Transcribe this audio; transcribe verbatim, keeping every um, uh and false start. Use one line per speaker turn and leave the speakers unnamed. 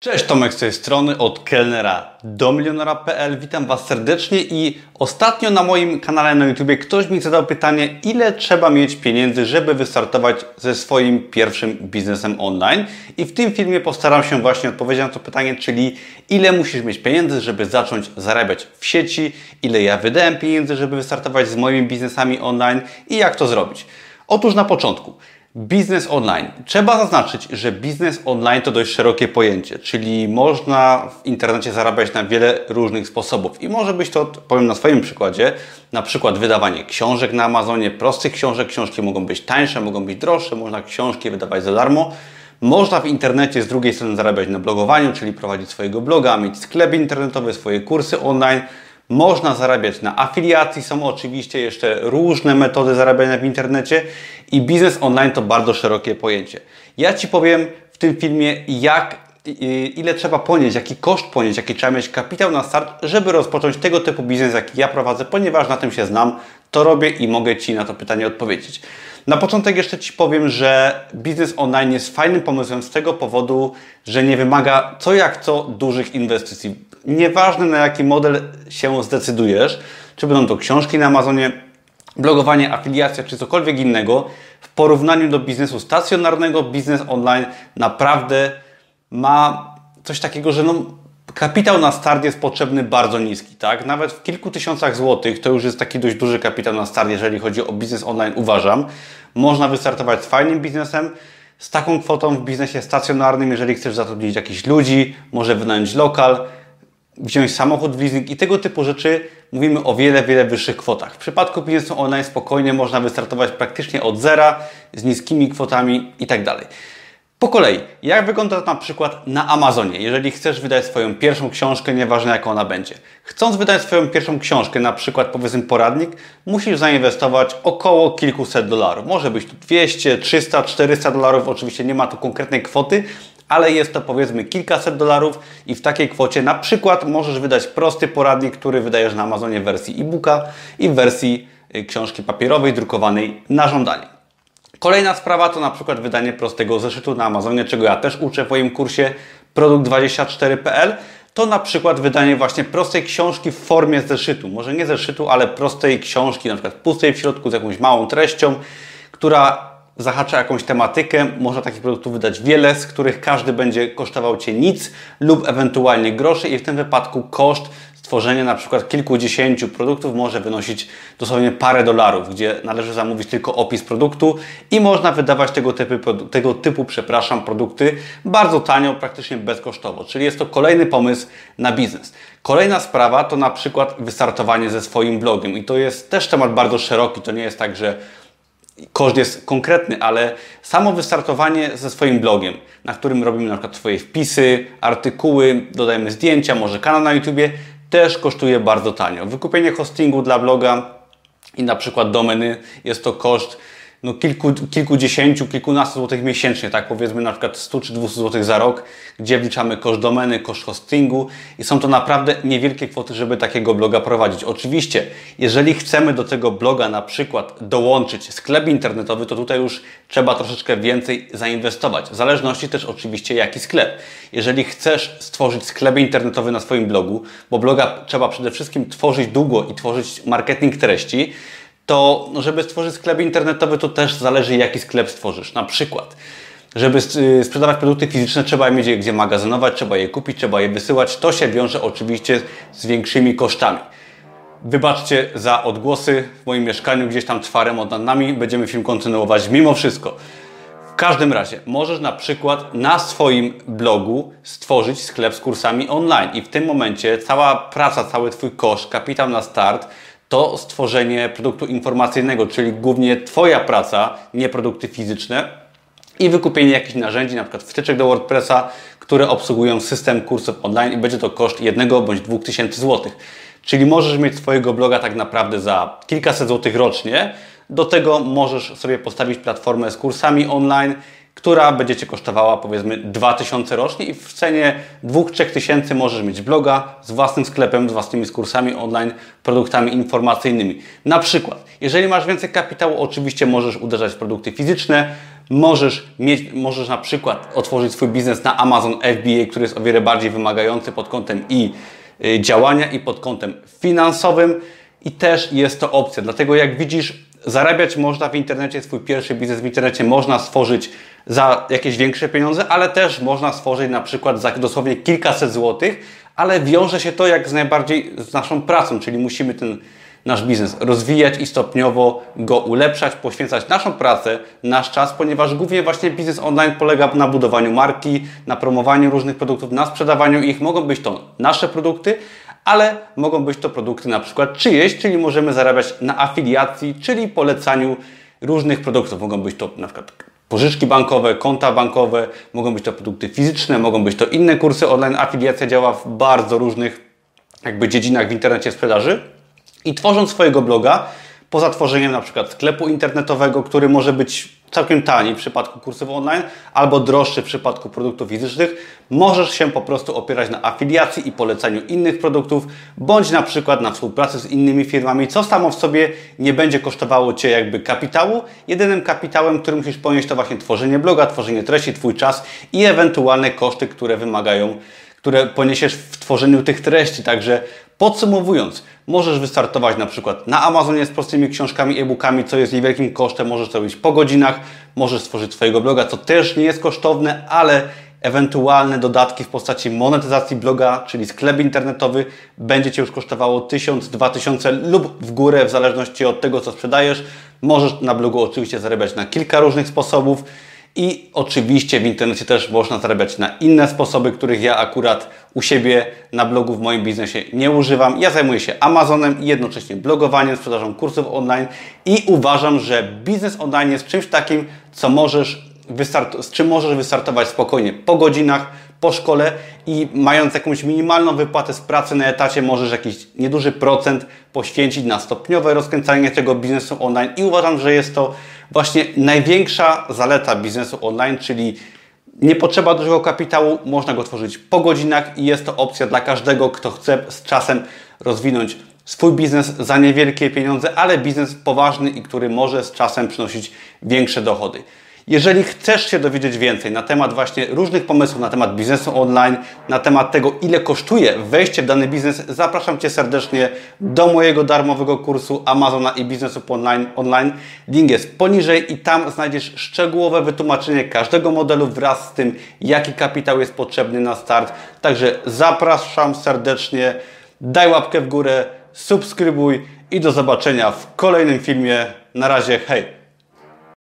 Cześć, Tomek z tej strony, od kelnera do milionera kropka p l. Witam Was serdecznie i ostatnio na moim kanale na YouTubie ktoś mi zadał pytanie, ile trzeba mieć pieniędzy, żeby wystartować ze swoim pierwszym biznesem online. I w tym filmie postaram się właśnie odpowiedzieć na to pytanie, czyli ile musisz mieć pieniędzy, żeby zacząć zarabiać w sieci, ile ja wydałem pieniędzy, żeby wystartować z moimi biznesami online i jak to zrobić. Otóż na początku. Biznes online. Trzeba zaznaczyć, że biznes online to dość szerokie pojęcie, czyli można w internecie zarabiać na wiele różnych sposobów. I może być to, powiem na swoim przykładzie, na przykład wydawanie książek na Amazonie, prostych książek. Książki mogą być tańsze, mogą być droższe, można książki wydawać za darmo. Można w internecie z drugiej strony zarabiać na blogowaniu, czyli prowadzić swojego bloga, mieć sklep internetowy, swoje kursy online. Można zarabiać na afiliacji, są oczywiście jeszcze różne metody zarabiania w internecie i biznes online to bardzo szerokie pojęcie. Ja Ci powiem w tym filmie, jak, ile trzeba ponieść, jaki koszt ponieść, jaki trzeba mieć kapitał na start, żeby rozpocząć tego typu biznes, jaki ja prowadzę, ponieważ na tym się znam, to robię i mogę Ci na to pytanie odpowiedzieć. Na początek jeszcze Ci powiem, że biznes online jest fajnym pomysłem z tego powodu, że nie wymaga co jak co dużych inwestycji. Nieważne, na jaki model się zdecydujesz, czy będą to książki na Amazonie, blogowanie, afiliacja czy cokolwiek innego, w porównaniu do biznesu stacjonarnego, biznes online naprawdę ma coś takiego, że no, kapitał na start jest potrzebny bardzo niski, tak? Nawet w kilku tysiącach złotych to już jest taki dość duży kapitał na start, jeżeli chodzi o biznes online, uważam. Można wystartować z fajnym biznesem, z taką kwotą w biznesie stacjonarnym, jeżeli chcesz zatrudnić jakichś ludzi, może wynająć lokal, wziąć samochód w leasing i tego typu rzeczy, mówimy o wiele, wiele wyższych kwotach. W przypadku biznesu online spokojnie można wystartować praktycznie od zera, z niskimi kwotami i tak dalej. Po kolei, jak wygląda to na przykład na Amazonie, jeżeli chcesz wydać swoją pierwszą książkę, nieważne jaka ona będzie. Chcąc wydać swoją pierwszą książkę, na przykład powiedzmy poradnik, musisz zainwestować około kilkuset dolarów. Może być to dwieście, trzysta, czterysta dolarów, oczywiście nie ma tu konkretnej kwoty, ale jest to powiedzmy kilkaset dolarów i w takiej kwocie na przykład możesz wydać prosty poradnik, który wydajesz na Amazonie w wersji e-booka i w wersji książki papierowej, drukowanej na żądanie. Kolejna sprawa to na przykład wydanie prostego zeszytu na Amazonie, czego ja też uczę w moim kursie produkt dwadzieścia cztery kropka p l. To na przykład wydanie właśnie prostej książki w formie zeszytu. Może nie zeszytu, ale prostej książki, na przykład pustej w środku z jakąś małą treścią, która zahacza jakąś tematykę. Można takich produktów wydać wiele, z których każdy będzie kosztował Cię nic lub ewentualnie groszy i w tym wypadku koszt stworzenia na przykład kilkudziesięciu produktów może wynosić dosłownie parę dolarów, gdzie należy zamówić tylko opis produktu i można wydawać tego typu, tego typu przepraszam, produkty bardzo tanio, praktycznie bezkosztowo. Czyli jest to kolejny pomysł na biznes. Kolejna sprawa to na przykład wystartowanie ze swoim blogiem i to jest też temat bardzo szeroki. To nie jest tak, że koszt jest konkretny, ale samo wystartowanie ze swoim blogiem, na którym robimy na przykład swoje wpisy, artykuły, dodajemy zdjęcia, może kanał na YouTubie, też kosztuje bardzo tanio. Wykupienie hostingu dla bloga i na przykład domeny jest to koszt no, kilku, kilkudziesięciu, kilkunastu złotych miesięcznie, tak powiedzmy na przykład sto czy dwieście złotych za rok, gdzie wliczamy koszt domeny, koszt hostingu i są to naprawdę niewielkie kwoty, żeby takiego bloga prowadzić. Oczywiście, jeżeli chcemy do tego bloga na przykład dołączyć sklep internetowy, to tutaj już trzeba troszeczkę więcej zainwestować. W zależności też oczywiście jaki sklep. Jeżeli chcesz stworzyć sklep internetowy na swoim blogu, bo bloga trzeba przede wszystkim tworzyć długo i tworzyć marketing treści, to żeby stworzyć sklep internetowy, to też zależy jaki sklep stworzysz. Na przykład, żeby sprzedawać produkty fizyczne, trzeba je mieć gdzie magazynować, trzeba je kupić, trzeba je wysyłać. To się wiąże oczywiście z większymi kosztami. Wybaczcie za odgłosy w moim mieszkaniu, gdzieś tam trwa remont nad nami. Będziemy film kontynuować mimo wszystko. W każdym razie możesz na przykład na swoim blogu stworzyć sklep z kursami online i w tym momencie cała praca, cały Twój koszt, kapitał na start to stworzenie produktu informacyjnego, czyli głównie Twoja praca, nie produkty fizyczne i wykupienie jakichś narzędzi, na przykład wtyczek do WordPressa, które obsługują system kursów online i będzie to koszt jednego bądź dwóch tysięcy złotych. Czyli możesz mieć swojego bloga tak naprawdę za kilkaset złotych rocznie. Do tego możesz sobie postawić platformę z kursami online, która będzie Cię kosztowała powiedzmy dwa tysiące rocznie i w cenie dwa do trzech tysięcy możesz mieć bloga z własnym sklepem, z własnymi kursami online, produktami informacyjnymi. Na przykład, jeżeli masz więcej kapitału, oczywiście możesz uderzać w produkty fizyczne, możesz mieć, możesz na przykład otworzyć swój biznes na Amazon F B A, który jest o wiele bardziej wymagający pod kątem i y, działania i pod kątem finansowym i też jest to opcja. Dlatego jak widzisz, zarabiać można w internecie, swój pierwszy biznes w internecie można stworzyć za jakieś większe pieniądze, ale też można stworzyć na przykład za dosłownie kilkaset złotych, ale wiąże się to jak z najbardziej z naszą pracą, czyli musimy ten nasz biznes rozwijać i stopniowo go ulepszać, poświęcać naszą pracę, nasz czas, ponieważ głównie właśnie biznes online polega na budowaniu marki, na promowaniu różnych produktów, na sprzedawaniu ich. Mogą być to nasze produkty, ale mogą być to produkty na przykład czyjeś, czyli możemy zarabiać na afiliacji, czyli polecaniu różnych produktów. Mogą być to na przykład pożyczki bankowe, konta bankowe, mogą być to produkty fizyczne, mogą być to inne kursy online. Afiliacja działa w bardzo różnych jakby dziedzinach w internecie sprzedaży. I tworząc swojego bloga, poza tworzeniem na przykład sklepu internetowego, który może być całkiem tani w przypadku kursów online, albo droższy w przypadku produktów fizycznych, możesz się po prostu opierać na afiliacji i polecaniu innych produktów, bądź na przykład na współpracy z innymi firmami, co samo w sobie nie będzie kosztowało Cię jakby kapitału. Jedynym kapitałem, który musisz ponieść, to właśnie tworzenie bloga, tworzenie treści, Twój czas i ewentualne koszty, które wymagają, które poniesiesz w tworzeniu tych treści. Także podsumowując, możesz wystartować na przykład na Amazonie z prostymi książkami, e-bookami, co jest niewielkim kosztem, możesz to robić po godzinach, możesz stworzyć swojego bloga, co też nie jest kosztowne, ale ewentualne dodatki w postaci monetyzacji bloga, czyli sklep internetowy, będzie Cię już kosztowało tysiąc, dwa tysiące lub w górę, w zależności od tego, co sprzedajesz. Możesz na blogu oczywiście zarabiać na kilka różnych sposobów. I oczywiście w internecie też można zarabiać na inne sposoby, których ja akurat u siebie na blogu w moim biznesie nie używam. Ja zajmuję się Amazonem i jednocześnie blogowaniem, sprzedażą kursów online i uważam, że biznes online jest czymś takim, co możesz wystart- z czym możesz wystartować spokojnie po godzinach, po szkole i mając jakąś minimalną wypłatę z pracy na etacie, możesz jakiś nieduży procent poświęcić na stopniowe rozkręcanie tego biznesu online i uważam, że jest to właśnie największa zaleta biznesu online, czyli nie potrzeba dużego kapitału, można go tworzyć po godzinach i jest to opcja dla każdego, kto chce z czasem rozwinąć swój biznes za niewielkie pieniądze, ale biznes poważny i który może z czasem przynosić większe dochody. Jeżeli chcesz się dowiedzieć więcej na temat właśnie różnych pomysłów, na temat biznesu online, na temat tego, ile kosztuje wejście w dany biznes, zapraszam Cię serdecznie do mojego darmowego kursu Amazona i biznesu online. online. Link jest poniżej i tam znajdziesz szczegółowe wytłumaczenie każdego modelu wraz z tym, jaki kapitał jest potrzebny na start. Także zapraszam serdecznie, daj łapkę w górę, subskrybuj i do zobaczenia w kolejnym filmie. Na razie, hej!